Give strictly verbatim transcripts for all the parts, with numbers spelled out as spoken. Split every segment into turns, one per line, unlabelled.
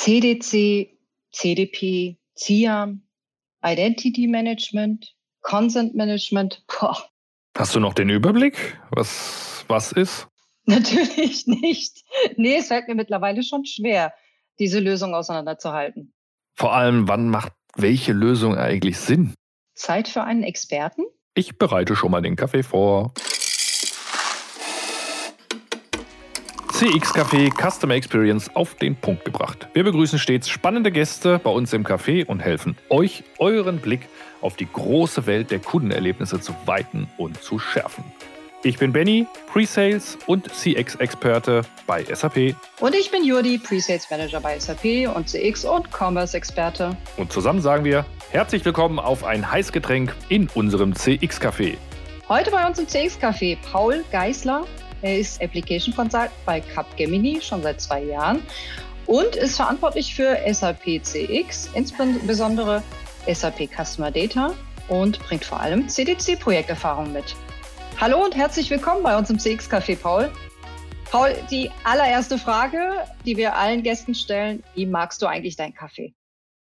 C D C, C D P, C I A M, Identity Management, Consent Management. Boah.
Hast du noch den Überblick, was was ist?
Natürlich nicht. Nee, es fällt mir mittlerweile schon schwer, diese Lösung auseinanderzuhalten.
Vor allem, wann macht welche Lösung eigentlich Sinn?
Zeit für einen Experten?
Ich bereite schon mal den Kaffee vor. C X Café Customer Experience auf den Punkt gebracht. Wir begrüßen stets spannende Gäste bei uns im Café und helfen euch, euren Blick auf die große Welt der Kundenerlebnisse zu weiten und zu schärfen. Ich bin Benny, Pre-Sales und C X-Experte bei S A P.
Und ich bin Jurdi, Pre-Sales Manager bei S A P und C X- und Commerce-Experte.
Und zusammen sagen wir herzlich willkommen auf ein Heißgetränk in unserem C X Café.
Heute bei uns im C X Café Paul Geisler. Er ist Application Consultant bei Capgemini schon seit zwei Jahren und ist verantwortlich für S A P C X, insbesondere S A P Customer Data, und bringt vor allem C D C-Projekterfahrung mit. Hallo und herzlich willkommen bei uns im C X Café, Paul. Paul, die allererste Frage, die wir allen Gästen stellen: Wie magst du eigentlich deinen Kaffee?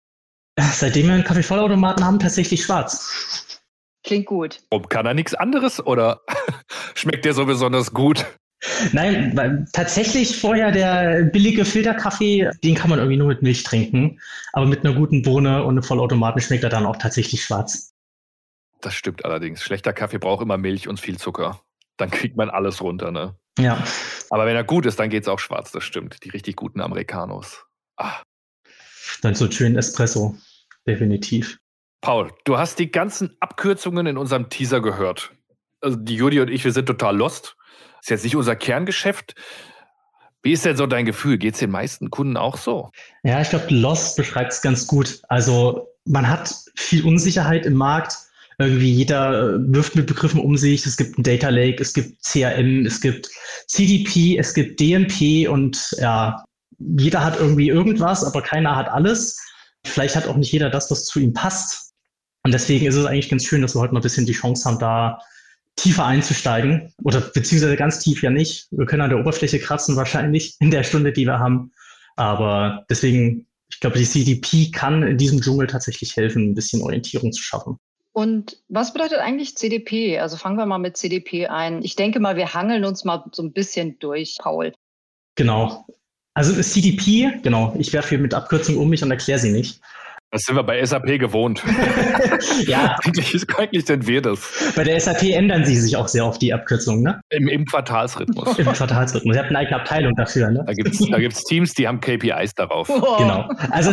Seitdem wir einen Kaffeevollautomaten haben, tatsächlich schwarz.
Klingt gut.
Warum kann er nichts anderes oder schmeckt der so besonders gut?
Nein, weil tatsächlich vorher der billige Filterkaffee, den kann man irgendwie nur mit Milch trinken. Aber mit einer guten Bohne und einem Vollautomaten schmeckt er dann auch tatsächlich schwarz.
Das stimmt allerdings. Schlechter Kaffee braucht immer Milch und viel Zucker. Dann kriegt man alles runter, ne?
Ja.
Aber wenn er gut ist, dann geht's auch schwarz, das stimmt. Die richtig guten Americanos. Ah.
Dann so einen schönen Espresso. Definitiv.
Paul, du hast die ganzen Abkürzungen in unserem Teaser gehört. Also die Judi und ich, wir sind total lost. Ist jetzt nicht unser Kerngeschäft. Wie ist denn so dein Gefühl? Geht es den meisten Kunden auch so?
Ja, ich glaube, Lost beschreibt es ganz gut. Also man hat viel Unsicherheit im Markt. Irgendwie jeder wirft mit Begriffen um sich. Es gibt ein Data Lake, es gibt C R M, es gibt C D P, es gibt D M P und ja, jeder hat irgendwie irgendwas, aber keiner hat alles. Vielleicht hat auch nicht jeder das, was zu ihm passt. Und deswegen ist es eigentlich ganz schön, dass wir heute mal ein bisschen die Chance haben, da tiefer einzusteigen. Oder beziehungsweise ganz tief ja nicht. Wir können an der Oberfläche kratzen wahrscheinlich in der Stunde, die wir haben. Aber deswegen, ich glaube, die C D P kann in diesem Dschungel tatsächlich helfen, ein bisschen Orientierung zu schaffen.
Und was bedeutet eigentlich C D P? Also fangen wir mal mit C D P ein. Ich denke mal, wir hangeln uns mal so ein bisschen durch, Paul.
Genau. Also C D P, genau, ich werfe hier mit Abkürzungen um mich und erkläre sie nicht.
Das sind wir bei S A P gewohnt.
Ja.
eigentlich, ist, eigentlich sind wir das.
Bei der S A P ändern sie sich auch sehr auf die Abkürzungen, ne?
Im, im Quartalsrhythmus.
Im Quartalsrhythmus. Ihr habt eine eigene Abteilung dafür, ne?
Da gibt es da gibt's Teams, die haben K P Is darauf.
Oh.
Genau. Also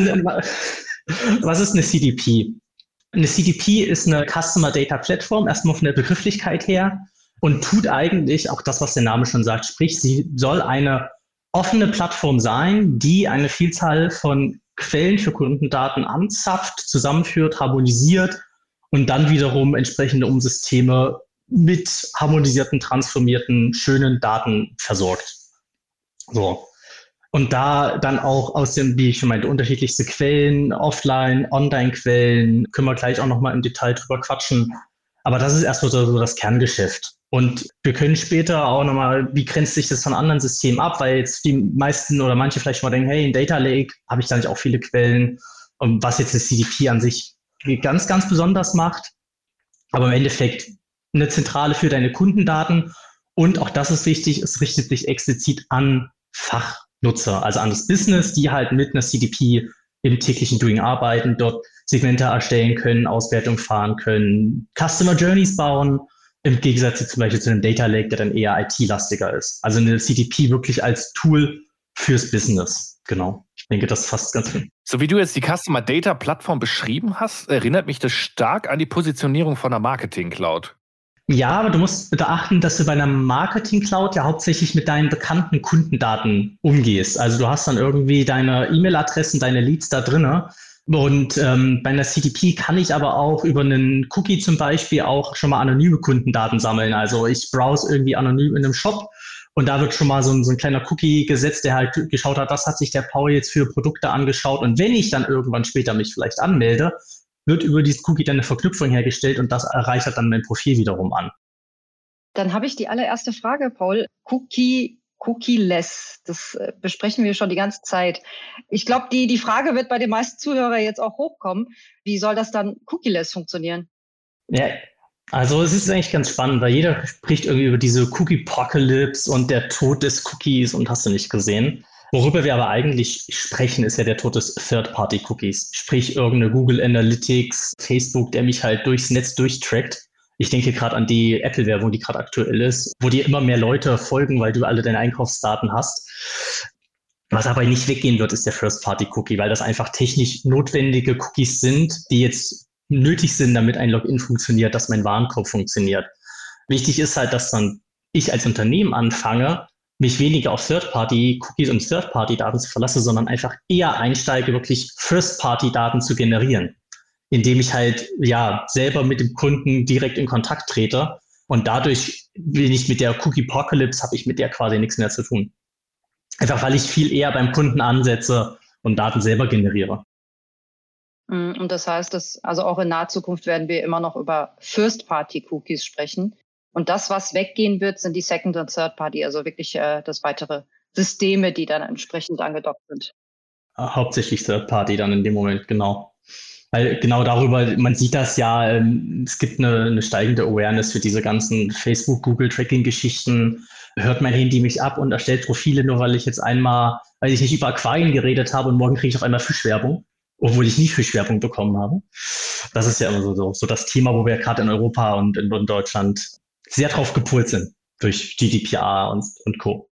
was ist eine C D P? Eine C D P ist eine Customer Data Platform, erstmal von der Begrifflichkeit her, und tut eigentlich auch das, was der Name schon sagt. Sprich, sie soll eine offene Plattform sein, die eine Vielzahl von Quellen für Kundendaten anzapft, zusammenführt, harmonisiert und dann wiederum entsprechende Umsysteme mit harmonisierten, transformierten, schönen Daten versorgt. So. Und da dann auch aus dem, wie ich schon meinte, unterschiedlichste Quellen, Offline, Online-Quellen, können wir gleich auch nochmal im Detail drüber quatschen. Aber das ist erstmal so das Kerngeschäft. Und wir können später auch nochmal, wie grenzt sich das von anderen Systemen ab, weil jetzt die meisten oder manche vielleicht mal denken, hey, in Data Lake habe ich da nicht auch viele Quellen, was jetzt das C D P an sich ganz, ganz besonders macht. Aber im Endeffekt eine Zentrale für deine Kundendaten. Und auch das ist wichtig, es richtet sich explizit an Fachnutzer, also an das Business, die halt mit einer C D P im täglichen Doing arbeiten, dort Segmente erstellen können, Auswertung fahren können, Customer Journeys bauen, im Gegensatz zu zum Beispiel zu einem Data Lake, der dann eher I T-lastiger ist. Also eine C D P wirklich als Tool fürs Business. Genau. Ich denke, das fasst ganz gut.
So wie du jetzt die Customer Data Plattform beschrieben hast, erinnert mich das stark an die Positionierung von einer Marketing Cloud.
Ja, aber du musst beachten, dass du bei einer Marketing Cloud ja hauptsächlich mit deinen bekannten Kundendaten umgehst. Also du hast dann irgendwie deine E-Mail-Adressen, deine Leads da drinne. Und ähm, bei einer C D P kann ich aber auch über einen Cookie zum Beispiel auch schon mal anonyme Kundendaten sammeln. Also ich browse irgendwie anonym in einem Shop und da wird schon mal so ein, so ein kleiner Cookie gesetzt, der halt geschaut hat, was hat sich der Paul jetzt für Produkte angeschaut. Und wenn ich dann irgendwann später mich vielleicht anmelde, wird über diesen Cookie dann eine Verknüpfung hergestellt und das erreicht dann mein Profil wiederum an.
Dann habe ich die allererste Frage, Paul. Cookie Cookie-less. Das äh, besprechen wir schon die ganze Zeit. Ich glaube, die, die Frage wird bei den meisten Zuhörern jetzt auch hochkommen. Wie soll das dann Cookie-less funktionieren?
Ja, also es ist eigentlich ganz spannend, weil jeder spricht irgendwie über diese Cookie-Apocalypse und der Tod des Cookies und hast du nicht gesehen. Worüber wir aber eigentlich sprechen, ist ja der Tod des Third-Party-Cookies. Sprich irgendeine Google Analytics, Facebook, der mich halt durchs Netz durchtrackt. Ich denke gerade an die Apple-Werbung, die gerade aktuell ist, wo dir immer mehr Leute folgen, weil du alle deine Einkaufsdaten hast. Was aber nicht weggehen wird, ist der First-Party-Cookie, weil das einfach technisch notwendige Cookies sind, die jetzt nötig sind, damit ein Login funktioniert, dass mein Warenkorb funktioniert. Wichtig ist halt, dass dann ich als Unternehmen anfange, mich weniger auf Third-Party-Cookies und Third-Party-Daten zu verlassen, sondern einfach eher einsteige, wirklich First-Party-Daten zu generieren, indem ich halt ja selber mit dem Kunden direkt in Kontakt trete und dadurch bin ich mit der Cookie-Apocalypse, habe ich mit der quasi nichts mehr zu tun. Einfach weil ich viel eher beim Kunden ansetze und Daten selber generiere.
Und das heißt, dass also auch in naher Zukunft werden wir immer noch über First-Party-Cookies sprechen. Und das, was weggehen wird, sind die Second- und Third-Party, also wirklich äh, das weitere Systeme, die dann entsprechend angedockt sind.
Hauptsächlich Third-Party dann in dem Moment, genau. Weil genau darüber, man sieht das ja, ähm, es gibt eine, eine steigende Awareness für diese ganzen Facebook, Google-Tracking-Geschichten. Hört mein Handy mich ab und erstellt Profile, nur weil ich jetzt einmal, weil ich nicht über Aquarien geredet habe und morgen kriege ich auf einmal Fischwerbung, obwohl ich nie Fischwerbung bekommen habe. Das ist ja immer so, so, so das Thema, wo wir gerade in Europa und in, in Deutschland sehr drauf gepolt sind durch G D P R und, und Co.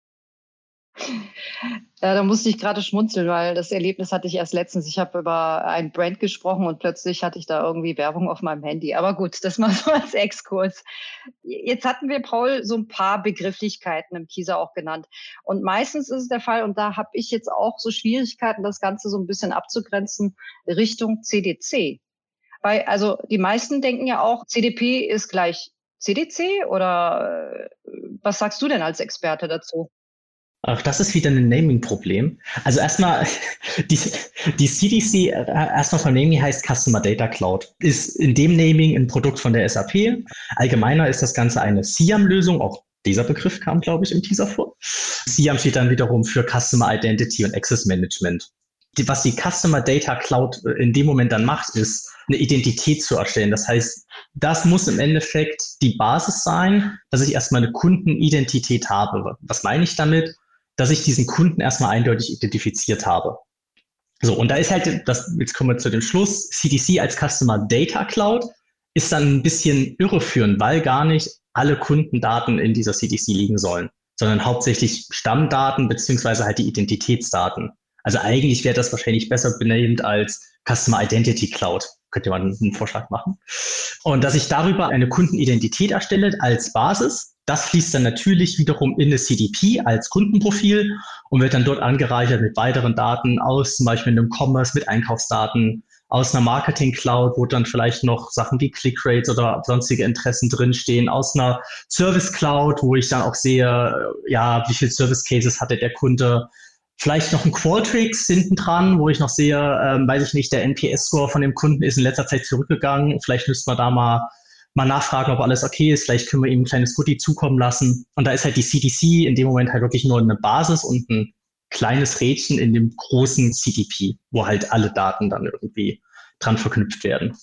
Ja, da musste ich gerade schmunzeln, weil das Erlebnis hatte ich erst letztens. Ich habe über ein Brand gesprochen und plötzlich hatte ich da irgendwie Werbung auf meinem Handy. Aber gut, das mal so als Exkurs. Jetzt hatten wir, Paul, so ein paar Begrifflichkeiten im Teaser auch genannt. Und meistens ist es der Fall, und da habe ich jetzt auch so Schwierigkeiten, das Ganze so ein bisschen abzugrenzen, Richtung C D C. Weil, also die meisten denken ja auch, C D P ist gleich C D C, oder äh, was sagst du denn als Experte dazu?
Auch das ist wieder ein Naming-Problem. Also erstmal, die, die C D C, äh, erstmal von Naming heißt Customer Data Cloud, ist in dem Naming ein Produkt von der S A P. Allgemeiner ist das Ganze eine C I A M-Lösung, auch dieser Begriff kam, glaube ich, im Teaser vor. C I A M steht dann wiederum für Customer Identity und Access Management. Die, was die Customer Data Cloud in dem Moment dann macht, ist, eine Identität zu erstellen. Das heißt, das muss im Endeffekt die Basis sein, dass ich erstmal eine Kundenidentität habe. Was meine ich damit? Dass ich diesen Kunden erstmal eindeutig identifiziert habe. So, und da ist halt, das, jetzt kommen wir zu dem Schluss, C D C als Customer Data Cloud ist dann ein bisschen irreführend, weil gar nicht alle Kundendaten in dieser C D C liegen sollen, sondern hauptsächlich Stammdaten beziehungsweise halt die Identitätsdaten. Also eigentlich wäre das wahrscheinlich besser benannt als Customer Identity Cloud. Könnte man einen Vorschlag machen. Und dass ich darüber eine Kundenidentität erstelle als Basis, das fließt dann natürlich wiederum in eine C D P als Kundenprofil und wird dann dort angereichert mit weiteren Daten aus zum Beispiel einem Commerce mit Einkaufsdaten, aus einer Marketing Cloud, wo dann vielleicht noch Sachen wie Click-Rates oder sonstige Interessen drinstehen, aus einer Service Cloud, wo ich dann auch sehe, ja, wie viele Service Cases hatte der Kunde, vielleicht noch ein Qualtrics hinten dran, wo ich noch sehe, ähm, weiß ich nicht, der N P S-Score von dem Kunden ist in letzter Zeit zurückgegangen. Vielleicht müsste man da mal, mal nachfragen, ob alles okay ist. Vielleicht können wir ihm ein kleines Goodie zukommen lassen. Und da ist halt die C D C in dem Moment halt wirklich nur eine Basis und ein kleines Rädchen in dem großen C D P, wo halt alle Daten dann irgendwie dran verknüpft werden.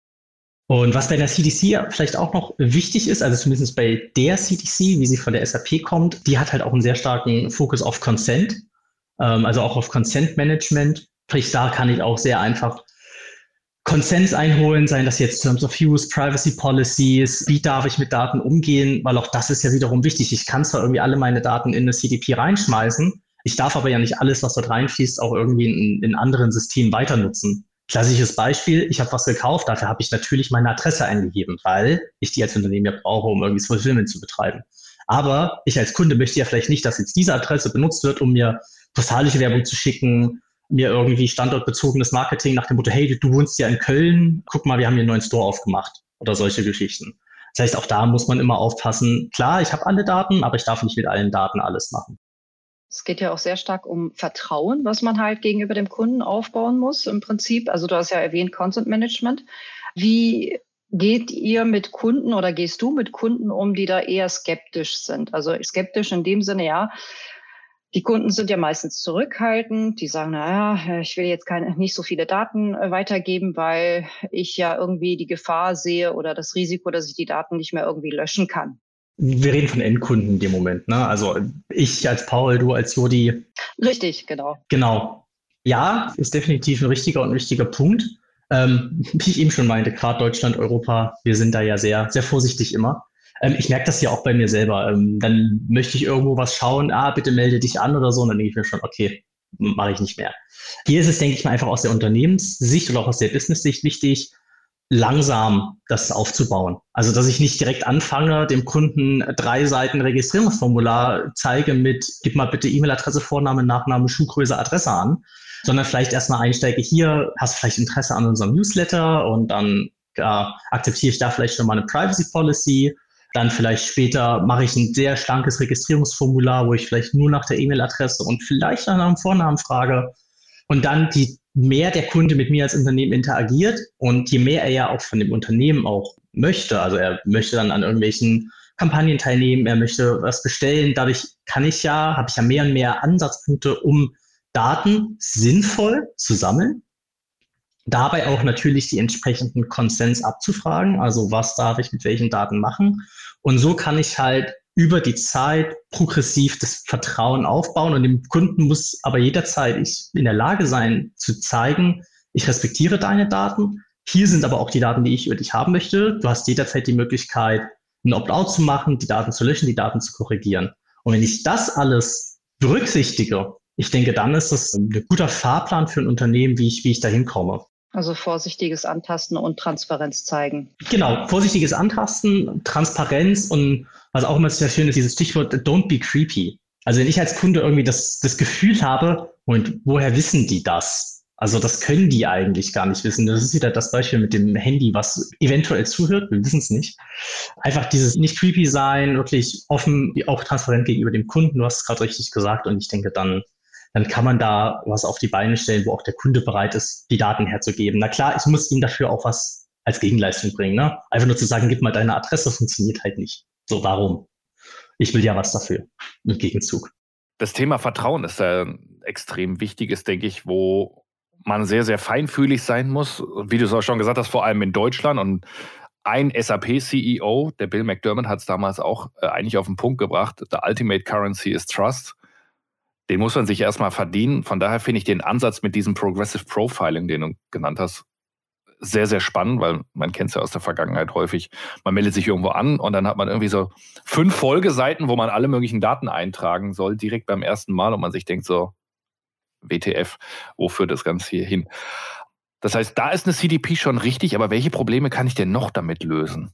Und was bei der C D C vielleicht auch noch wichtig ist, also zumindest bei der C D C, wie sie von der S A P kommt, die hat halt auch einen sehr starken Fokus auf Consent. Also auch auf Consent Management. Sprich, da kann ich auch sehr einfach Consents einholen, seien das jetzt Terms of Use, Privacy Policies, wie darf ich mit Daten umgehen, weil auch das ist ja wiederum wichtig. Ich kann zwar irgendwie alle meine Daten in eine C D P reinschmeißen, ich darf aber ja nicht alles, was dort reinfließt, auch irgendwie in, in anderen Systemen weiter nutzen. Klassisches Beispiel, ich habe was gekauft, dafür habe ich natürlich meine Adresse eingegeben, weil ich die als Unternehmen ja brauche, um irgendwie das Fulfillment zu betreiben. Aber ich als Kunde möchte ja vielleicht nicht, dass jetzt diese Adresse benutzt wird, um mir postalische Werbung zu schicken, mir irgendwie standortbezogenes Marketing nach dem Motto, hey, du wohnst ja in Köln, guck mal, wir haben hier einen neuen Store aufgemacht oder solche Geschichten. Das heißt, auch da muss man immer aufpassen, klar, ich habe alle Daten, aber ich darf nicht mit allen Daten alles machen.
Es geht ja auch sehr stark um Vertrauen, was man halt gegenüber dem Kunden aufbauen muss im Prinzip. Also du hast ja erwähnt Content Management. Wie geht ihr mit Kunden oder gehst du mit Kunden um, die da eher skeptisch sind? Also skeptisch in dem Sinne, ja, Die Kunden sind ja meistens zurückhaltend. Die sagen, naja, ich will jetzt keine, nicht so viele Daten äh, weitergeben, weil ich ja irgendwie die Gefahr sehe oder das Risiko, dass ich die Daten nicht mehr irgendwie löschen kann.
Wir reden von Endkunden in dem Moment, ne? Also ich als Paul, du als Jodi.
Richtig, genau.
Genau. Ja, ist definitiv ein richtiger und wichtiger Punkt. Ähm, wie ich eben schon meinte, gerade Deutschland, Europa, wir sind da ja sehr, sehr vorsichtig immer. Ähm, ich merke das ja auch bei mir selber. Ähm, dann möchte ich irgendwo was schauen, ah, bitte melde dich an oder so. Und dann denke ich mir schon, okay, mache ich nicht mehr. Hier ist es, denke ich mal, einfach aus der Unternehmenssicht oder auch aus der Business-Sicht wichtig, langsam das aufzubauen. Also, dass ich nicht direkt anfange, dem Kunden drei Seiten Registrierungsformular zeige mit, gib mal bitte E-Mail-Adresse, Vorname, Nachname, Schuhgröße, Adresse an, sondern vielleicht erstmal einsteige hier, hast vielleicht Interesse an unserem Newsletter und dann ja, akzeptiere ich da vielleicht schon mal eine Privacy Policy. Dann vielleicht später mache ich ein sehr schlankes Registrierungsformular, wo ich vielleicht nur nach der E-Mail-Adresse und vielleicht nach einem Vornamen frage. Und dann, je mehr der Kunde mit mir als Unternehmen interagiert und je mehr er ja auch von dem Unternehmen auch möchte, also er möchte dann an irgendwelchen Kampagnen teilnehmen, er möchte was bestellen, dadurch kann ich ja, habe ich ja mehr und mehr Ansatzpunkte, um Daten sinnvoll zu sammeln. Dabei auch natürlich die entsprechenden Consents abzufragen, also was darf ich mit welchen Daten machen. Und so kann ich halt über die Zeit progressiv das Vertrauen aufbauen und dem Kunden muss aber jederzeit ich in der Lage sein zu zeigen, ich respektiere deine Daten, hier sind aber auch die Daten, die ich über dich haben möchte. Du hast jederzeit die Möglichkeit, ein Opt-out zu machen, die Daten zu löschen, die Daten zu korrigieren. Und wenn ich das alles berücksichtige, ich denke, dann ist das ein guter Fahrplan für ein Unternehmen, wie ich, wie ich da hinkomme.
Also vorsichtiges Antasten und Transparenz zeigen.
Genau, vorsichtiges Antasten, Transparenz und was auch immer sehr schön ist, dieses Stichwort don't be creepy. Also wenn ich als Kunde irgendwie das, das Gefühl habe, und woher wissen die das? Also das können die eigentlich gar nicht wissen. Das ist wieder das Beispiel mit dem Handy, was eventuell zuhört, wir wissen es nicht. Einfach dieses nicht creepy sein, wirklich offen, auch transparent gegenüber dem Kunden, du hast es gerade richtig gesagt und ich denke dann, dann kann man da was auf die Beine stellen, wo auch der Kunde bereit ist, die Daten herzugeben. Na klar, ich muss ihm dafür auch was als Gegenleistung bringen. Ne? Einfach nur zu sagen, gib mal deine Adresse, funktioniert halt nicht. So, warum? Ich will ja was dafür im Gegenzug.
Das Thema Vertrauen ist ein extrem wichtiges, denke ich, wo man sehr, sehr feinfühlig sein muss. Wie du es auch schon gesagt hast, vor allem in Deutschland. Und ein S A P-C E O, der Bill McDermott, hat es damals auch äh, eigentlich auf den Punkt gebracht. The ultimate currency is trust. Den muss man sich erstmal verdienen. Von daher finde ich den Ansatz mit diesem Progressive Profiling, den du genannt hast, sehr, sehr spannend, weil man kennt es ja aus der Vergangenheit häufig. Man meldet sich irgendwo an und dann hat man irgendwie so fünf Folgeseiten, wo man alle möglichen Daten eintragen soll, direkt beim ersten Mal und man sich denkt so, W T F, wo führt das Ganze hier hin? Das heißt, da ist eine C D P schon richtig, aber welche Probleme kann ich denn noch damit lösen?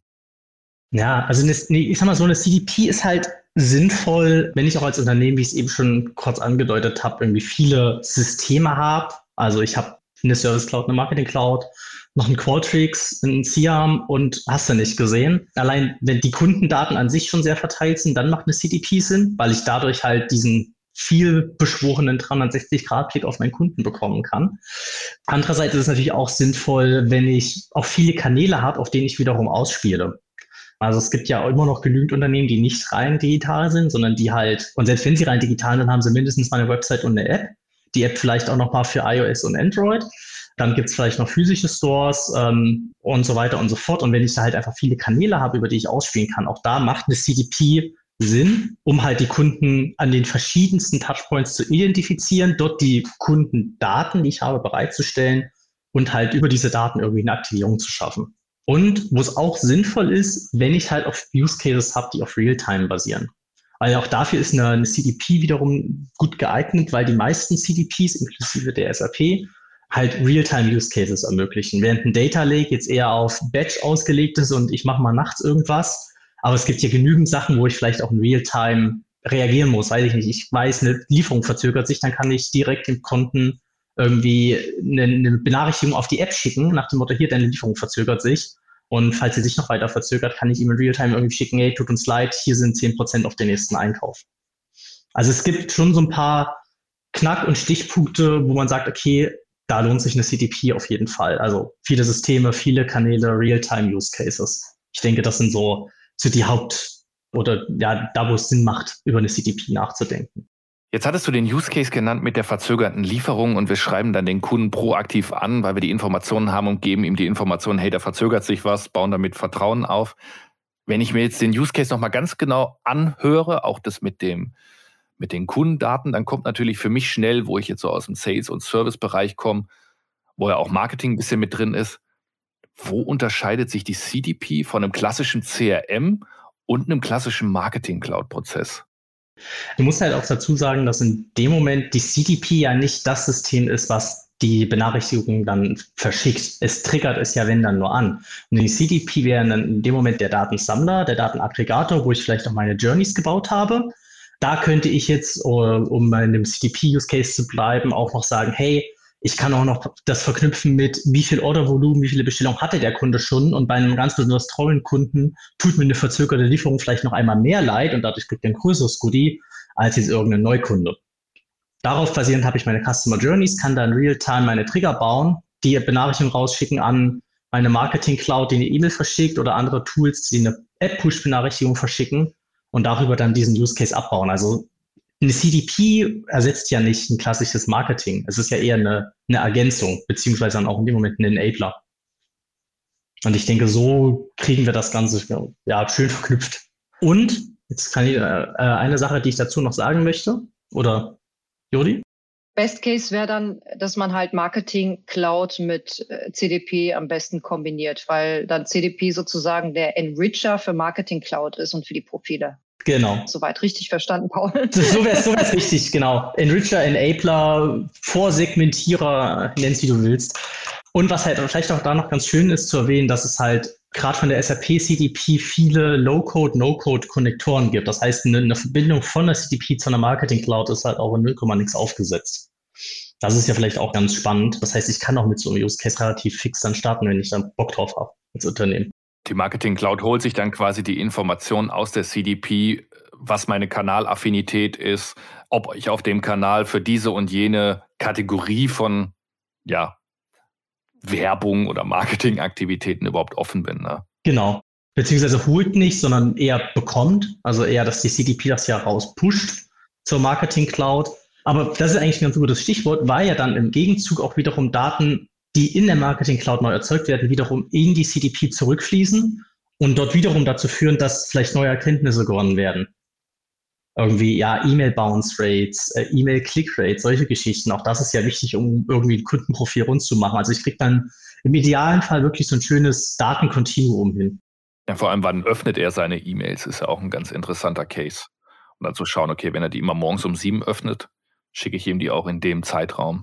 Ja, also eine, ich sag mal so, eine C D P ist halt sinnvoll, wenn ich auch als Unternehmen, wie ich es eben schon kurz angedeutet habe, irgendwie viele Systeme habe. Also ich habe eine Service Cloud, eine Marketing Cloud, noch ein Qualtrics, ein Siam und hast du nicht gesehen. Allein wenn die Kundendaten an sich schon sehr verteilt sind, dann macht eine C D P Sinn, weil ich dadurch halt diesen viel beschworenen dreihundertsechzig Grad Blick auf meinen Kunden bekommen kann. Andererseits ist es natürlich auch sinnvoll, wenn ich auch viele Kanäle habe, auf denen ich wiederum ausspiele. Also es gibt ja immer noch genügend Unternehmen, die nicht rein digital sind, sondern die halt, und selbst wenn sie rein digital sind, haben sie mindestens mal eine Website und eine App. Die App vielleicht auch noch mal für iOS und Android. Dann gibt es vielleicht noch physische Stores ähm, und so weiter und so fort. Und wenn ich da halt einfach viele Kanäle habe, über die ich ausspielen kann, auch da macht eine C D P Sinn, um halt die Kunden an den verschiedensten Touchpoints zu identifizieren, dort die Kundendaten, die ich habe, bereitzustellen und halt über diese Daten irgendwie eine Aktivierung zu schaffen. Und wo es auch sinnvoll ist, wenn ich halt auf Use Cases habe, die auf Realtime basieren. Also auch dafür ist eine, eine C D P wiederum gut geeignet, weil die meisten C D Ps, inklusive der S A P, halt Realtime-Use-Cases ermöglichen. Während ein Data Lake jetzt eher auf Batch ausgelegt ist und ich mache mal nachts irgendwas. Aber es gibt hier genügend Sachen, wo ich vielleicht auch in Realtime reagieren muss. Weiß ich nicht, ich weiß, eine Lieferung verzögert sich, dann kann ich direkt dem Kunden irgendwie eine, eine Benachrichtigung auf die App schicken, nach dem Motto, hier, deine Lieferung verzögert sich. Und falls sie sich noch weiter verzögert, kann ich ihm in Realtime irgendwie schicken, hey, tut uns leid, hier sind zehn Prozent auf den nächsten Einkauf. Also es gibt schon so ein paar Knack- und Stichpunkte, wo man sagt, okay, da lohnt sich eine C D P auf jeden Fall. Also viele Systeme, viele Kanäle, Realtime-Use-Cases. Ich denke, das sind so, so die Haupt- oder ja, da wo es Sinn macht, über eine C D P nachzudenken.
Jetzt hattest du den Use Case genannt mit der verzögerten Lieferung und wir schreiben dann den Kunden proaktiv an, weil wir die Informationen haben und geben ihm die Informationen, hey, da verzögert sich was, bauen damit Vertrauen auf. Wenn ich mir jetzt den Use Case nochmal ganz genau anhöre, auch das mit dem mit den Kundendaten, dann kommt natürlich für mich schnell, wo ich jetzt so aus dem Sales- und Service-Bereich komme, wo ja auch Marketing ein bisschen mit drin ist, wo unterscheidet sich die C D P von einem klassischen C R M und einem klassischen Marketing-Cloud-Prozess?
Du musst halt auch dazu sagen, dass in dem Moment die C D P ja nicht das System ist, was die Benachrichtigung dann verschickt. Es triggert es ja, wenn dann nur an. Und die C D P wäre dann in dem Moment der Datensammler, der Datenaggregator, wo ich vielleicht auch meine Journeys gebaut habe. Da könnte ich jetzt, um in dem C D P-Use-Case zu bleiben, auch noch sagen, hey, ich kann auch noch das verknüpfen mit, wie viel Ordervolumen, wie viele Bestellungen hatte der Kunde schon. Und bei einem ganz besonders treuen Kunden tut mir eine verzögerte Lieferung vielleicht noch einmal mehr leid und dadurch kriegt er ein größeres Goodie als jetzt irgendein Neukunde. Darauf basierend habe ich meine Customer Journeys, kann dann real-time meine Trigger bauen, die Benachrichtigungen rausschicken an meine Marketing Cloud, die eine E-Mail verschickt oder andere Tools, die eine App-Push-Benachrichtigung verschicken und darüber dann diesen Use-Case abbauen. Also eine C D P ersetzt ja nicht ein klassisches Marketing. Es ist ja eher eine, eine Ergänzung, beziehungsweise dann auch in dem Moment ein Enabler. Und ich denke, so kriegen wir das Ganze ja, schön verknüpft. Und jetzt kann ich äh, eine Sache, die ich dazu noch sagen möchte, oder Jodi?
Best Case wäre dann, dass man halt Marketing Cloud mit C D P am besten kombiniert, weil dann C D P sozusagen der Enricher für Marketing Cloud ist und für die Profile.
Genau.
Soweit richtig verstanden, Paul.
So wäre es so wär's richtig, genau. Enricher, Enabler, Vorsegmentierer, nenn's wie du willst. Und was halt vielleicht auch da noch ganz schön ist zu erwähnen, dass es halt gerade von der S A P C D P viele Low-Code, No-Code-Konnektoren gibt. Das heißt, eine, eine Verbindung von der C D P zu einer Marketing-Cloud ist halt auch in null Komma nix aufgesetzt. Das ist ja vielleicht auch ganz spannend. Das heißt, ich kann auch mit so einem Use-Case relativ fix dann starten, wenn ich dann Bock drauf habe als Unternehmen.
Die Marketing Cloud holt sich dann quasi die Informationen aus der C D P, was meine Kanalaffinität ist, ob ich auf dem Kanal für diese und jene Kategorie von ja, Werbung oder Marketingaktivitäten überhaupt offen bin. Ne?
Genau. Beziehungsweise holt nicht, sondern eher bekommt. Also eher, dass die C D P das ja rauspusht zur Marketing Cloud. Aber das ist eigentlich ein ganz gutes Stichwort, weil ja dann im Gegenzug auch wiederum Daten, die in der Marketing Cloud neu erzeugt werden, wiederum in die C D P zurückfließen und dort wiederum dazu führen, dass vielleicht neue Erkenntnisse gewonnen werden. Irgendwie, ja, E-Mail-Bounce-Rates, äh, E-Mail-Click-Rates, solche Geschichten. Auch das ist ja wichtig, um irgendwie ein Kundenprofil rund zu machen. Also ich kriege dann im idealen Fall wirklich so ein schönes Datenkontinuum hin.
Ja, vor allem, wann öffnet er seine E-Mails, ist ja auch ein ganz interessanter Case. Und dann zu schauen, okay, wenn er die immer morgens um sieben öffnet, schicke ich ihm die auch in dem Zeitraum.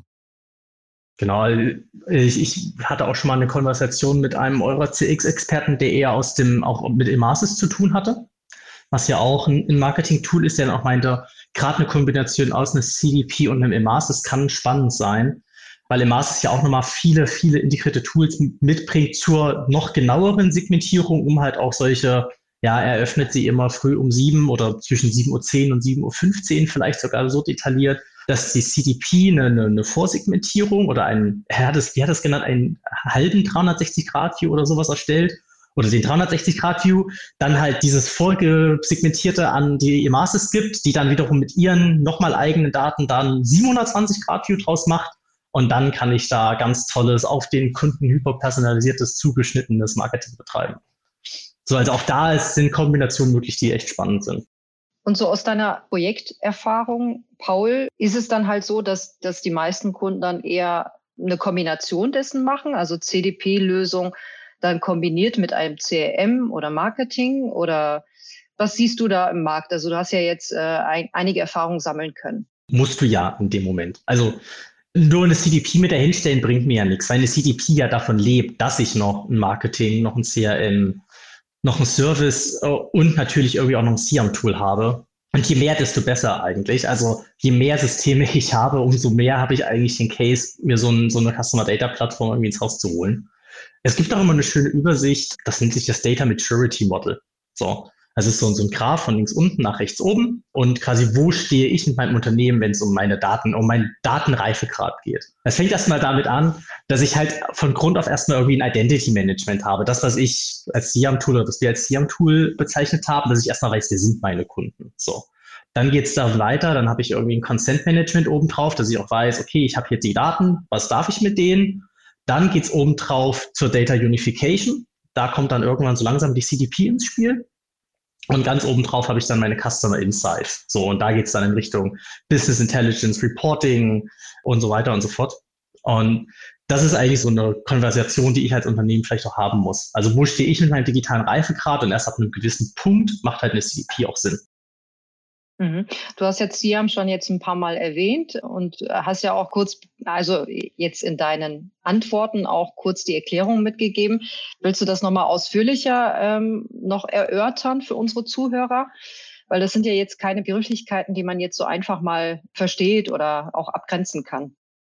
Genau, ich, ich hatte auch schon mal eine Konversation mit einem eurer C X-Experten, der eher aus dem, auch mit Emasis zu tun hatte, was ja auch ein, ein Marketing-Tool ist, der dann auch meinte, gerade eine Kombination aus einer C D P und einem Emasis kann spannend sein, weil Emasis ja auch nochmal viele, viele integrierte Tools mitbringt zur noch genaueren Segmentierung, um halt auch solche, ja, er öffnet sie immer früh um sieben oder zwischen sieben Uhr zehn und sieben Uhr fünfzehn, vielleicht sogar so detailliert, dass die C D P eine, eine, eine Vorsegmentierung oder einen, er hat es, wie hat es genannt, einen halben dreihundertsechzig Grad View oder sowas erstellt oder den dreihundertsechzig Grad View, dann halt dieses vorgesegmentierte an die Emasis gibt, die dann wiederum mit ihren nochmal eigenen Daten dann siebenhundertzwanzig Grad View draus macht und dann kann ich da ganz tolles, auf den Kunden hyperpersonalisiertes, zugeschnittenes Marketing betreiben. So, also auch da ist, sind Kombinationen möglich, die echt spannend sind.
Und so aus deiner Projekterfahrung, Paul, ist es dann halt so, dass, dass die meisten Kunden dann eher eine Kombination dessen machen, also C D P-Lösung dann kombiniert mit einem C R M oder Marketing oder was siehst du da im Markt? Also du hast ja jetzt äh, ein, einige Erfahrungen sammeln können.
Musst du ja in dem Moment. Also nur eine C D P mit dahinstellen bringt mir ja nichts, weil eine C D P ja davon lebt, dass ich noch ein Marketing, noch ein C R M, noch ein Service und natürlich irgendwie auch noch ein C R M-Tool habe. Und je mehr, desto besser eigentlich. Also je mehr Systeme ich habe, umso mehr habe ich eigentlich den Case, mir so, ein, so eine Customer-Data-Plattform irgendwie ins Haus zu holen. Es gibt auch immer eine schöne Übersicht, das nennt sich das Data Maturity Model. So, das ist so, so ein Graph von links unten nach rechts oben und quasi, wo stehe ich mit meinem Unternehmen, wenn es um meine Daten, um meinen Datenreifegrad geht. Das fängt erstmal damit an, dass ich halt von Grund auf erstmal irgendwie ein Identity Management habe. Das, was ich als C R M-Tool oder das wir als C R M-Tool bezeichnet haben, dass ich erstmal weiß, wer sind meine Kunden. So. Dann geht es da weiter, dann habe ich irgendwie ein Consent Management obendrauf, dass ich auch weiß, okay, ich habe jetzt die Daten, was darf ich mit denen? Dann geht es obendrauf zur Data Unification. Da kommt dann irgendwann so langsam die C D P ins Spiel. Und ganz obendrauf habe ich dann meine Customer Insight. So, und da geht es dann in Richtung Business Intelligence, Reporting und so weiter und so fort. Und das ist eigentlich so eine Konversation, die ich als Unternehmen vielleicht auch haben muss. Also wo stehe ich mit meinem digitalen Reifegrad und erst ab einem gewissen Punkt macht halt eine C D P auch Sinn.
Mhm. Du hast jetzt Siam schon jetzt ein paar Mal erwähnt und hast ja auch kurz, also jetzt in deinen Antworten auch kurz die Erklärung mitgegeben. Willst du das nochmal ausführlicher ähm, noch erörtern für unsere Zuhörer? Weil das sind ja jetzt keine Begrifflichkeiten, die man jetzt so einfach mal versteht oder auch abgrenzen kann.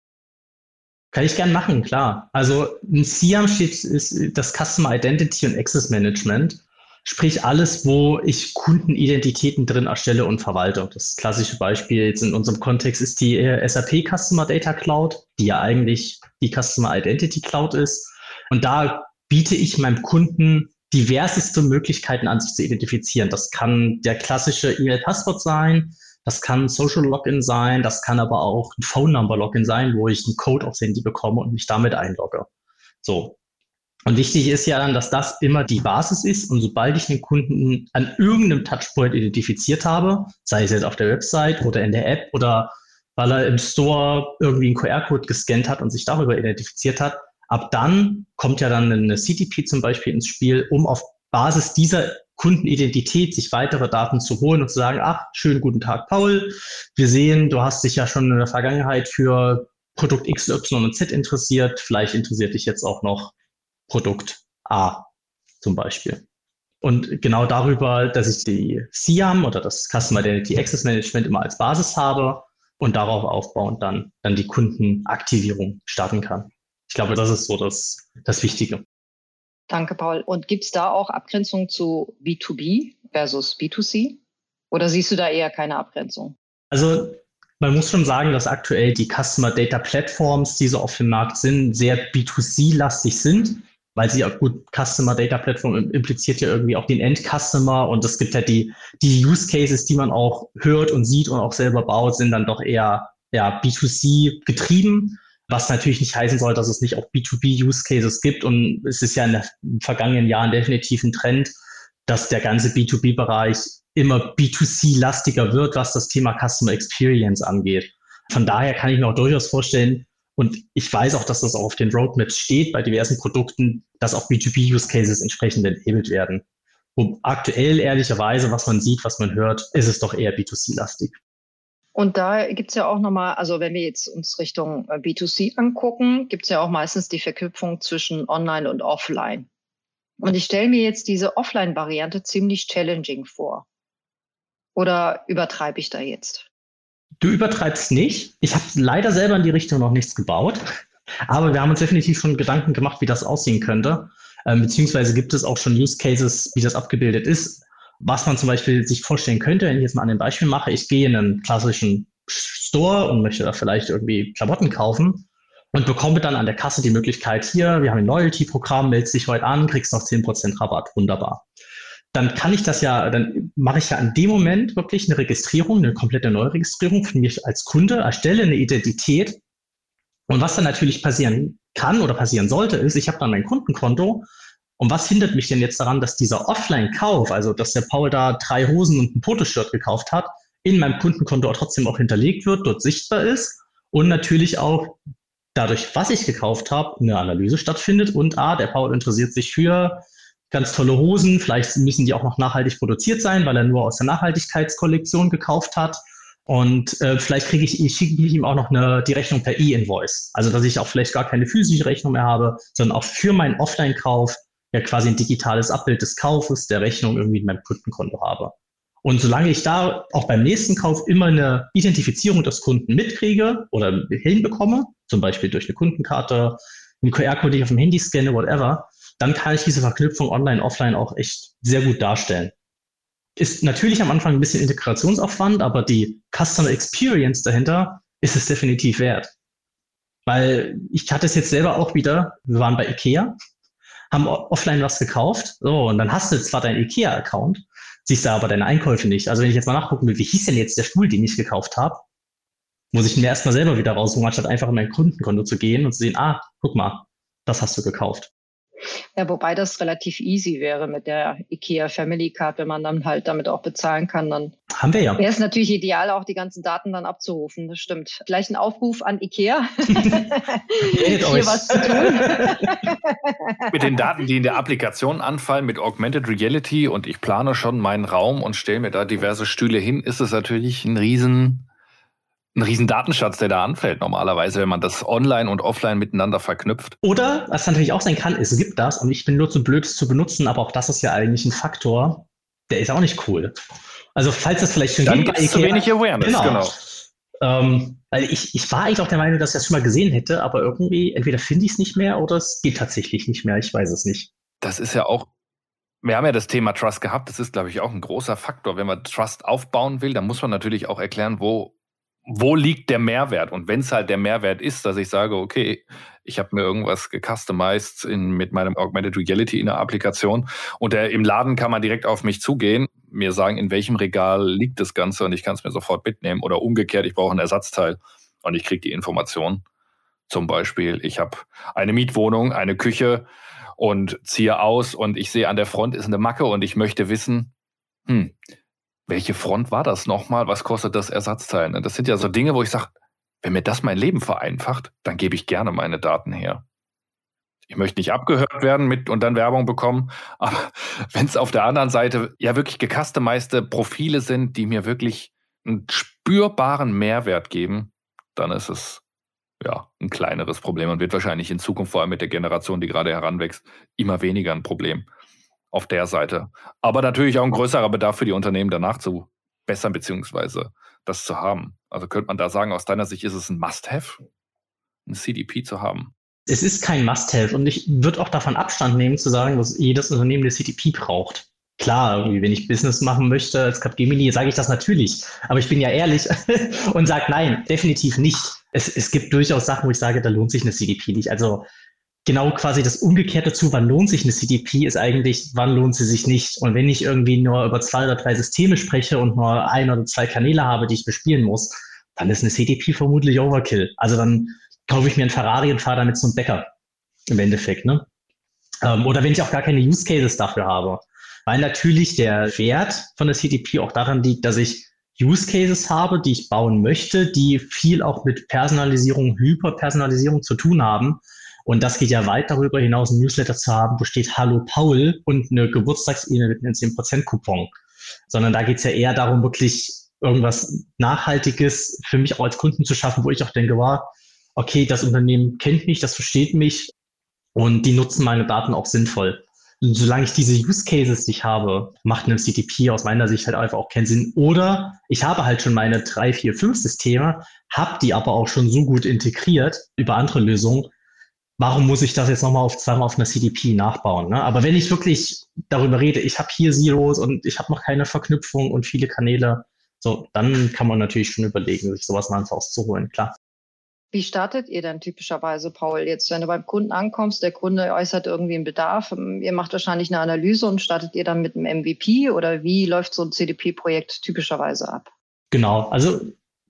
Kann ich gern machen, klar. Also in Siam steht ist das Customer Identity und Access Management. Sprich alles, wo ich Kundenidentitäten drin erstelle und verwalte. Das klassische Beispiel jetzt in unserem Kontext ist die S A P Customer Data Cloud, die ja eigentlich die Customer Identity Cloud ist. Und da biete ich meinem Kunden diverseste Möglichkeiten an, sich zu identifizieren. Das kann der klassische E-Mail-Passwort sein, das kann ein Social Login sein, das kann aber auch ein Phone Number Login sein, wo ich einen Code aufs Handy bekomme und mich damit einlogge. So. Und wichtig ist ja dann, dass das immer die Basis ist. Und sobald ich den Kunden an irgendeinem Touchpoint identifiziert habe, sei es jetzt auf der Website oder in der App oder weil er im Store irgendwie einen Q R-Code gescannt hat und sich darüber identifiziert hat, ab dann kommt ja dann eine C D P zum Beispiel ins Spiel, um auf Basis dieser Kundenidentität sich weitere Daten zu holen und zu sagen, ach, schönen guten Tag, Paul. Wir sehen, du hast dich ja schon in der Vergangenheit für Produkt X, Y und Z interessiert. Vielleicht interessiert dich jetzt auch noch Produkt A zum Beispiel. Und genau darüber, dass ich die Siam oder das Customer Identity Access Management immer als Basis habe und darauf aufbauend dann, dann die Kundenaktivierung starten kann. Ich glaube, das ist so das, das Wichtige.
Danke, Paul. Und gibt es da auch Abgrenzung zu B zwei B versus B zwei C? Oder siehst du da eher keine Abgrenzung?
Also man muss schon sagen, dass aktuell die Customer Data Platforms, die so auf dem Markt sind, sehr B zwei C-lastig sind. Weil sie ja gut, Customer Data Platform impliziert ja irgendwie auch den End-Customer und es gibt ja die, die Use Cases, die man auch hört und sieht und auch selber baut, sind dann doch eher ja, B zwei C getrieben, was natürlich nicht heißen soll, dass es nicht auch B zwei B Use Cases gibt und es ist ja in den vergangenen Jahren definitiv ein Trend, dass der ganze B zwei B-Bereich immer B zwei C-lastiger wird, was das Thema Customer Experience angeht. Von daher kann ich mir auch durchaus vorstellen, und ich weiß auch, dass das auch auf den Roadmaps steht bei diversen Produkten, dass auch B zwei B-Use-Cases entsprechend enabled werden. Und aktuell, ehrlicherweise, was man sieht, was man hört, ist es doch eher B zwei C-lastig.
Und da gibt es ja auch nochmal, also wenn wir jetzt uns Richtung B zwei C angucken, gibt es ja auch meistens die Verknüpfung zwischen Online und Offline. Und ich stelle mir jetzt diese Offline-Variante ziemlich challenging vor. Oder übertreibe ich da jetzt?
Du übertreibst nicht. Ich habe leider selber in die Richtung noch nichts gebaut, aber wir haben uns definitiv schon Gedanken gemacht, wie das aussehen könnte. Ähm, beziehungsweise gibt es auch schon Use Cases, wie das abgebildet ist. Was man zum Beispiel sich vorstellen könnte, wenn ich jetzt mal an dem Beispiel mache, ich gehe in einen klassischen Store und möchte da vielleicht irgendwie Klamotten kaufen und bekomme dann an der Kasse die Möglichkeit, hier, wir haben ein Loyalty-Programm, meldest dich heute an, kriegst noch zehn Prozent Rabatt, wunderbar. Dann kann ich das ja, dann mache ich ja in dem Moment wirklich eine Registrierung, eine komplette Neuregistrierung für mich als Kunde, erstelle eine Identität. Und was dann natürlich passieren kann oder passieren sollte, ist, ich habe dann mein Kundenkonto. Und was hindert mich denn jetzt daran, dass dieser Offline-Kauf, also dass der Paul da drei Hosen und ein Poloshirt gekauft hat, in meinem Kundenkonto trotzdem auch hinterlegt wird, dort sichtbar ist und natürlich auch dadurch, was ich gekauft habe, eine Analyse stattfindet und ah, der Paul interessiert sich für ganz tolle Hosen, vielleicht müssen die auch noch nachhaltig produziert sein, weil er nur aus der Nachhaltigkeitskollektion gekauft hat. Und äh, vielleicht kriege ich, ich schicke ich ihm auch noch eine, die Rechnung per E-Invoice. Also dass ich auch vielleicht gar keine physische Rechnung mehr habe, sondern auch für meinen Offline-Kauf ja quasi ein digitales Abbild des Kaufes, der Rechnung irgendwie in meinem Kundenkonto habe. Und solange ich da auch beim nächsten Kauf immer eine Identifizierung des Kunden mitkriege oder hinbekomme, zum Beispiel durch eine Kundenkarte, einen Q R-Code, den ich auf dem Handy scanne, whatever, dann kann ich diese Verknüpfung online, offline auch echt sehr gut darstellen. Ist natürlich am Anfang ein bisschen Integrationsaufwand, aber die Customer Experience dahinter ist es definitiv wert. Weil ich hatte es jetzt selber auch wieder, wir waren bei Ikea, haben offline was gekauft, so, und dann hast du zwar deinen Ikea-Account, siehst du aber deine Einkäufe nicht. Also wenn ich jetzt mal nachgucken will, wie hieß denn jetzt der Stuhl, den ich gekauft habe, muss ich ihn mir erstmal selber wieder raussuchen, anstatt einfach in mein Kundenkonto zu gehen und zu sehen, ah, guck mal, das hast du gekauft.
Ja, wobei das relativ easy wäre mit der IKEA Family Card, wenn man dann halt damit auch bezahlen kann, dann
haben wir ja.
Wäre es natürlich ideal, auch die ganzen Daten dann abzurufen, das stimmt. Gleich ein Aufruf an IKEA,
hier
euch. was zu tun.
Mit den Daten, die in der Applikation anfallen, mit Augmented Reality und ich plane schon meinen Raum und stelle mir da diverse Stühle hin, ist es natürlich ein riesen Ein riesen Datenschatz, der da anfällt normalerweise, wenn man das online und offline miteinander verknüpft.
Oder, was natürlich auch sein kann, es gibt das und ich bin nur zu blöd, es zu benutzen, aber auch das ist ja eigentlich ein Faktor, der ist auch nicht cool. Also falls das vielleicht schon
Dann
geht
gibt es zu wenig Awareness, genau. genau.
Ähm, weil ich, ich war eigentlich auch der Meinung, dass ich das schon mal gesehen hätte, aber irgendwie, entweder finde ich es nicht mehr oder es geht tatsächlich nicht mehr, ich weiß es nicht.
Das ist ja auch, wir haben ja das Thema Trust gehabt, das ist, glaube ich, auch ein großer Faktor. Wenn man Trust aufbauen will, dann muss man natürlich auch erklären, wo Wo liegt der Mehrwert? Und wenn es halt der Mehrwert ist, dass ich sage, okay, ich habe mir irgendwas gecustomized in, mit meinem Augmented Reality in der Applikation und der, im Laden kann man direkt auf mich zugehen, mir sagen, in welchem Regal liegt das Ganze und ich kann es mir sofort mitnehmen. Oder umgekehrt, ich brauche ein Ersatzteil und ich kriege die Information. Zum Beispiel, ich habe eine Mietwohnung, eine Küche und ziehe aus und ich sehe, an der Front ist eine Macke und ich möchte wissen, hm, welche Front war das nochmal? Was kostet das Ersatzteil? Das sind ja so Dinge, wo ich sage, wenn mir das mein Leben vereinfacht, dann gebe ich gerne meine Daten her. Ich möchte nicht abgehört werden mit und dann Werbung bekommen, aber wenn es auf der anderen Seite ja wirklich gecustomized Profile sind, die mir wirklich einen spürbaren Mehrwert geben, dann ist es ja ein kleineres Problem und wird wahrscheinlich in Zukunft, vor allem mit der Generation, die gerade heranwächst, immer weniger ein Problem. Auf der Seite. Aber natürlich auch ein größerer Bedarf für die Unternehmen danach zu bessern, beziehungsweise das zu haben. Also könnte man da sagen, aus deiner Sicht ist es ein Must-Have, ein C D P zu haben?
Es ist kein Must-Have und ich würde auch davon Abstand nehmen, zu sagen, dass jedes Unternehmen eine C D P braucht. Klar, irgendwie, wenn ich Business machen möchte als Capgemini, sage ich das natürlich. Aber ich bin ja ehrlich und sage nein, definitiv nicht. Es, es gibt durchaus Sachen, wo ich sage, da lohnt sich eine C D P nicht. Also genau quasi das Umgekehrte zu, wann lohnt sich eine C D P, ist eigentlich, wann lohnt sie sich nicht. Und wenn ich irgendwie nur über zwei oder drei Systeme spreche und nur ein oder zwei Kanäle habe, die ich bespielen muss, dann ist eine C D P vermutlich Overkill. Also dann kaufe ich mir einen Ferrari und fahre damit zum Bäcker im Endeffekt. Ne? Ähm, oder wenn ich auch gar keine Use Cases dafür habe. Weil natürlich der Wert von der C D P auch daran liegt, dass ich Use Cases habe, die ich bauen möchte, die viel auch mit Personalisierung, Hyperpersonalisierung zu tun haben. Und das geht ja weit darüber hinaus, ein Newsletter zu haben, wo steht Hallo Paul und eine Geburtstags-E-Mail mit einem zehn Prozent Coupon. Sondern da geht es ja eher darum, wirklich irgendwas Nachhaltiges für mich auch als Kunden zu schaffen, wo ich auch denke, wow, okay, das Unternehmen kennt mich, das versteht mich und die nutzen meine Daten auch sinnvoll. Und solange ich diese Use Cases nicht habe, macht eine C D P aus meiner Sicht halt einfach auch keinen Sinn. Oder ich habe halt schon meine drei, vier, fünf Systeme, habe die aber auch schon so gut integriert über andere Lösungen. Warum muss ich das jetzt nochmal auf, zweimal auf einer C D P nachbauen? Ne? Aber wenn ich wirklich darüber rede, ich habe hier Silos und ich habe noch keine Verknüpfung und viele Kanäle, so, dann kann man natürlich schon überlegen, sich sowas mal ins Haus zu holen, klar.
Wie startet ihr denn typischerweise, Paul, jetzt, wenn du beim Kunden ankommst, der Kunde äußert irgendwie einen Bedarf, ihr macht wahrscheinlich eine Analyse und startet ihr dann mit einem M V P oder wie läuft so ein C D P-Projekt typischerweise ab?
Genau, also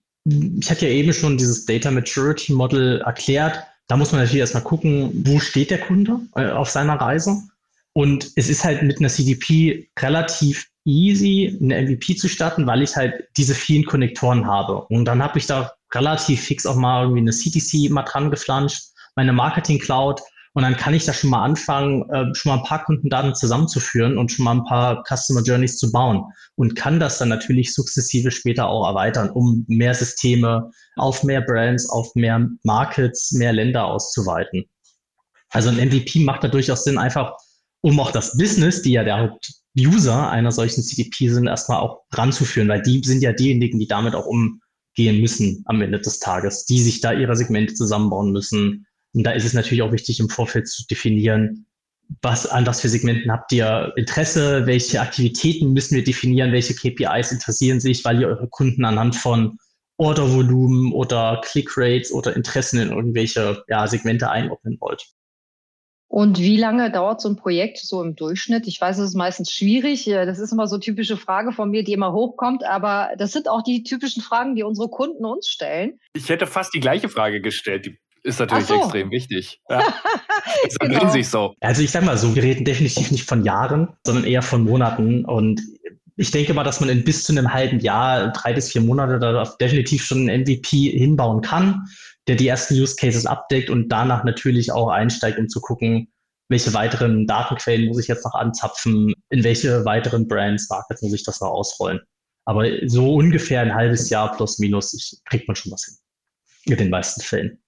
ich hatte ja eben schon dieses Data Maturity Model erklärt. Da muss man natürlich erstmal gucken, wo steht der Kunde äh, auf seiner Reise. Und es ist halt mit einer C D P relativ easy, eine M V P zu starten, weil ich halt diese vielen Konnektoren habe. Und dann habe ich da relativ fix auch mal irgendwie eine C T C mal dran geflanscht, meine Marketing Cloud. Und dann kann ich da schon mal anfangen, äh, schon mal ein paar Kundendaten zusammenzuführen und schon mal ein paar Customer Journeys zu bauen. Und kann das dann natürlich sukzessive später auch erweitern, um mehr Systeme auf mehr Brands, auf mehr Markets, mehr Länder auszuweiten. Also ein M V P macht da durchaus Sinn, einfach um auch das Business, die ja der Hauptuser einer solchen C D P sind, erstmal auch ranzuführen, weil die sind ja diejenigen, die damit auch umgehen müssen am Ende des Tages, die sich da ihre Segmente zusammenbauen müssen. Und da ist es natürlich auch wichtig, im Vorfeld zu definieren, was, an was für Segmenten habt ihr Interesse, welche Aktivitäten müssen wir definieren, welche K P Is interessieren sich, weil ihr eure Kunden anhand von Ordervolumen oder Click-Rates oder Interessen in irgendwelche ja, Segmente einordnen wollt.
Und wie lange dauert so ein Projekt so im Durchschnitt? Ich weiß, es ist meistens schwierig. Das ist immer so eine typische Frage von mir, die immer hochkommt. Aber das sind auch die typischen Fragen, die unsere Kunden uns stellen.
Ich hätte fast die gleiche Frage gestellt. Die ist natürlich
Ach so.
extrem wichtig. Ja. Das
Genau.
drehen sich so.
Also ich sag mal so, wir reden definitiv nicht von Jahren, sondern eher von Monaten. Und ich denke mal, dass man in bis zu einem halben Jahr, drei bis vier Monate, da definitiv schon einen M V P hinbauen kann, der die ersten Use Cases abdeckt und danach natürlich auch einsteigt, um zu gucken, welche weiteren Datenquellen muss ich jetzt noch anzapfen, in welche weiteren Brands, Markets muss ich das noch ausrollen. Aber so ungefähr ein halbes Jahr plus minus ich, kriegt man schon was hin. In den meisten Fällen.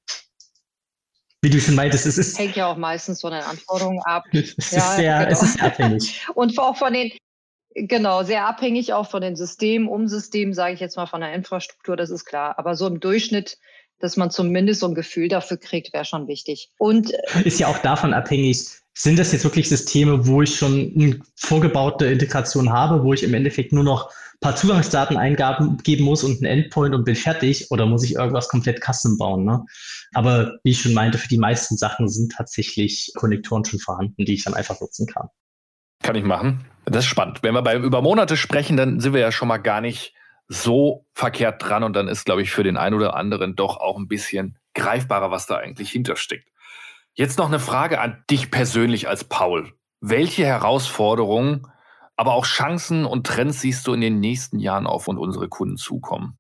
Wie du schon meintest, es ist...
Hängt ja auch meistens von den Anforderungen ab.
Es ist,
ja,
sehr,
genau.
es ist sehr abhängig.
Und auch von den... Genau, sehr abhängig auch von den Systemen, Umsystemen, sage ich jetzt mal, von der Infrastruktur, das ist klar. Aber so im Durchschnitt, dass man zumindest so ein Gefühl dafür kriegt, wäre schon wichtig. Und
ist ja auch davon abhängig, sind das jetzt wirklich Systeme, wo ich schon eine vorgebaute Integration habe, wo ich im Endeffekt nur noch ein paar Zugangsdaten eingeben muss und einen Endpoint und bin fertig, oder muss ich irgendwas komplett custom bauen? Ne? Aber wie ich schon meinte, für die meisten Sachen sind tatsächlich Konnektoren schon vorhanden, die ich dann einfach nutzen kann.
Kann ich machen. Das ist spannend. Wenn wir bei über Monate sprechen, dann sind wir ja schon mal gar nicht so verkehrt dran und dann ist, glaube ich, für den einen oder anderen doch auch ein bisschen greifbarer, was da eigentlich hintersteckt. Jetzt noch eine Frage an dich persönlich als Paul. Welche Herausforderungen, aber auch Chancen und Trends siehst du in den nächsten Jahren auf und unsere Kunden zukommen?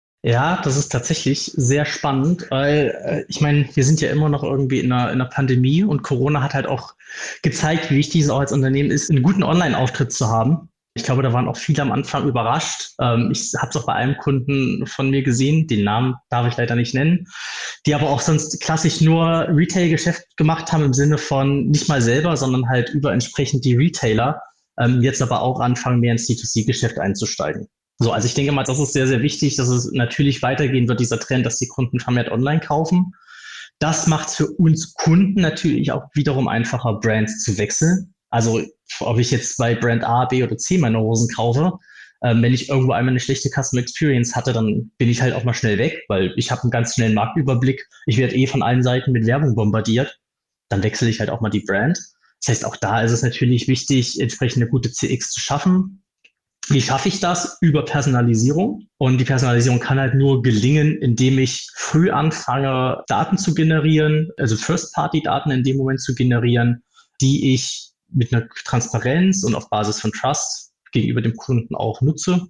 Ja, das ist tatsächlich sehr spannend, weil äh, ich meine, wir sind ja immer noch irgendwie in einer, in einer Pandemie und Corona hat halt auch gezeigt, wie wichtig es auch als Unternehmen ist, einen guten Online-Auftritt zu haben. Ich glaube, da waren auch viele am Anfang überrascht. Ähm, ich habe es auch bei einem Kunden von mir gesehen, den Namen darf ich leider nicht nennen, die aber auch sonst klassisch nur Retail-Geschäft gemacht haben im Sinne von nicht mal selber, sondern halt über entsprechend die Retailer, ähm, jetzt aber auch anfangen, mehr ins D zwei C-Geschäft einzusteigen. So, also ich denke mal, das ist sehr, sehr wichtig, dass es natürlich weitergehen wird, dieser Trend, dass die Kunden vermehrt online kaufen. Das macht es für uns Kunden natürlich auch wiederum einfacher, Brands zu wechseln. Also ob ich jetzt bei Brand A, B oder C meine Hosen kaufe, ähm, wenn ich irgendwo einmal eine schlechte Customer Experience hatte, dann bin ich halt auch mal schnell weg, weil ich habe einen ganz schnellen Marktüberblick. Ich werde eh von allen Seiten mit Werbung bombardiert. Dann wechsle ich halt auch mal die Brand. Das heißt, auch da ist es natürlich wichtig, entsprechend eine gute C X zu schaffen. Wie schaffe ich das? Über Personalisierung. Und die Personalisierung kann halt nur gelingen, indem ich früh anfange, Daten zu generieren, also First-Party-Daten in dem Moment zu generieren, die ich mit einer Transparenz und auf Basis von Trust gegenüber dem Kunden auch nutze.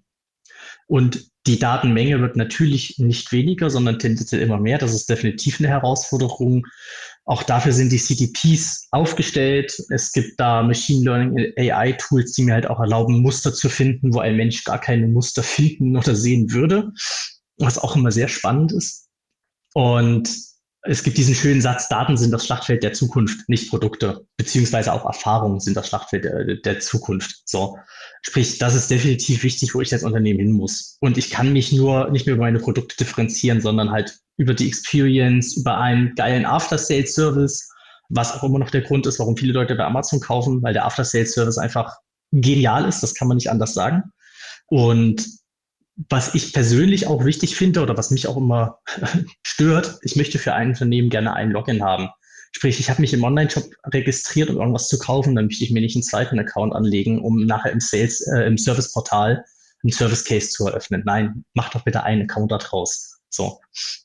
Und die Datenmenge wird natürlich nicht weniger, sondern tendenziell immer mehr. Das ist definitiv eine Herausforderung. Auch dafür sind die C D Ps aufgestellt. Es gibt da Machine Learning A I-Tools, die mir halt auch erlauben, Muster zu finden, wo ein Mensch gar keine Muster finden oder sehen würde, was auch immer sehr spannend ist. Und es gibt diesen schönen Satz, Daten sind das Schlachtfeld der Zukunft, nicht Produkte, beziehungsweise auch Erfahrungen sind das Schlachtfeld der, der Zukunft. So, sprich, das ist definitiv wichtig, wo ich als Unternehmen hin muss. Und ich kann mich nur nicht mehr über meine Produkte differenzieren, sondern halt über die Experience, über einen geilen After-Sales-Service, was auch immer noch der Grund ist, warum viele Leute bei Amazon kaufen, weil der After-Sales-Service einfach genial ist, das kann man nicht anders sagen. Und was ich persönlich auch wichtig finde oder was mich auch immer stört, ich möchte für ein Unternehmen gerne einen Login haben. Sprich, ich habe mich im Online-Shop registriert, um irgendwas zu kaufen, dann möchte ich mir nicht einen zweiten Account anlegen, um nachher im Sales, äh, im Service-Portal einen Service-Case zu eröffnen. Nein, mach doch bitte einen Account da draus. So.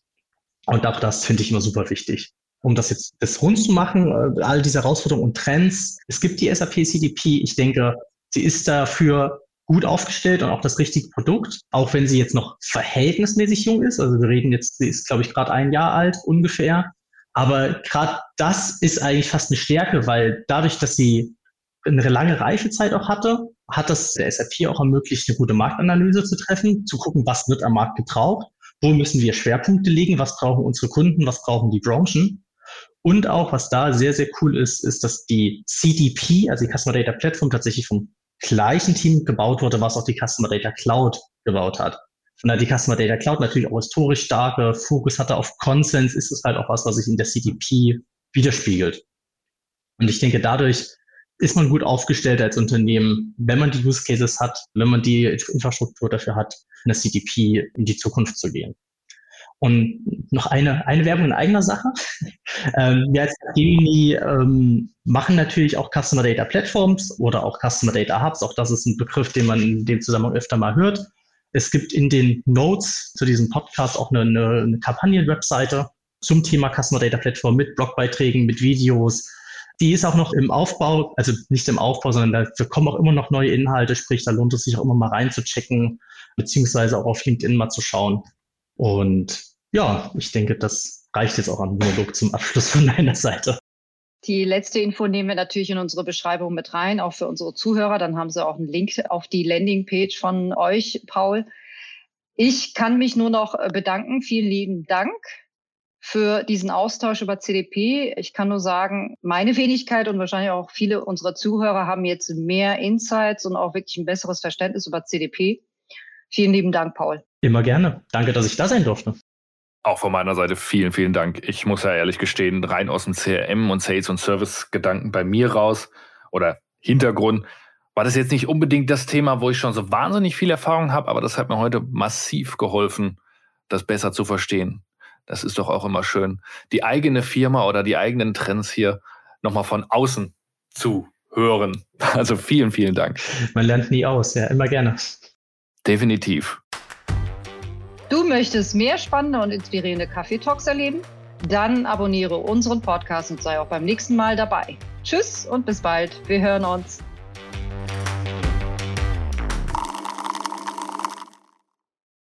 Und auch das finde ich immer super wichtig. Um das jetzt das rund zu machen, äh, all diese Herausforderungen und Trends. Es gibt die S A P C D P. Ich denke, sie ist dafür gut aufgestellt und auch das richtige Produkt, auch wenn sie jetzt noch verhältnismäßig jung ist. Also wir reden jetzt, sie ist, glaube ich, gerade ein Jahr alt ungefähr. Aber gerade das ist eigentlich fast eine Stärke, weil dadurch, dass sie eine lange Reifezeit auch hatte, hat das der S A P auch ermöglicht, eine gute Marktanalyse zu treffen, zu gucken, was wird am Markt gebraucht, wo müssen wir Schwerpunkte legen, was brauchen unsere Kunden, was brauchen die Branchen. Und auch, was da sehr, sehr cool ist, ist, dass die C D P, also die Customer Data Platform, tatsächlich vom gleichen Team gebaut wurde, was auch die Customer Data Cloud gebaut hat. Und da die Customer Data Cloud natürlich auch historisch starke Fokus hatte auf Konsens, ist es halt auch was, was sich in der C D P widerspiegelt. Und ich denke, dadurch ist man gut aufgestellt als Unternehmen, wenn man die Use Cases hat, wenn man die Infrastruktur dafür hat, in der C D P in die Zukunft zu gehen. Und noch eine, eine Werbung in eigener Sache. ähm, wir als Capgemini ähm, machen natürlich auch Customer Data Platforms oder auch Customer Data Hubs. Auch das ist ein Begriff, den man in dem Zusammenhang öfter mal hört. Es gibt in den Notes zu diesem Podcast auch eine, eine, eine Kampagnen-Webseite zum Thema Customer Data Platform mit Blogbeiträgen, mit Videos. Die ist auch noch im Aufbau, also nicht im Aufbau, sondern da kommen auch immer noch neue Inhalte, sprich, da lohnt es sich auch immer mal reinzuchecken, beziehungsweise auch auf LinkedIn mal zu schauen. Und ja, ich denke, das reicht jetzt auch am Monolog zum Abschluss von meiner Seite.
Die letzte Info nehmen wir natürlich in unsere Beschreibung mit rein, auch für unsere Zuhörer. Dann haben sie auch einen Link auf die Landingpage von euch, Paul. Ich kann mich nur noch bedanken. Vielen lieben Dank für diesen Austausch über C D P. Ich kann nur sagen, meine Wenigkeit und wahrscheinlich auch viele unserer Zuhörer haben jetzt mehr Insights und auch wirklich ein besseres Verständnis über C D P. Vielen lieben Dank, Paul.
Immer gerne. Danke, dass ich da sein durfte.
Auch von meiner Seite vielen, vielen Dank. Ich muss ja ehrlich gestehen, rein aus dem C R M und Sales- und Service-Gedanken bei mir raus oder Hintergrund war das jetzt nicht unbedingt das Thema, wo ich schon so wahnsinnig viel Erfahrung habe, aber das hat mir heute massiv geholfen, das besser zu verstehen. Das ist doch auch immer schön, die eigene Firma oder die eigenen Trends hier nochmal von außen zu hören. Also vielen, vielen Dank.
Man lernt nie aus, ja, immer gerne.
Definitiv.
Du möchtest mehr spannende und inspirierende Kaffee-Talks erleben? Dann abonniere unseren Podcast und sei auch beim nächsten Mal dabei. Tschüss und bis bald. Wir hören uns.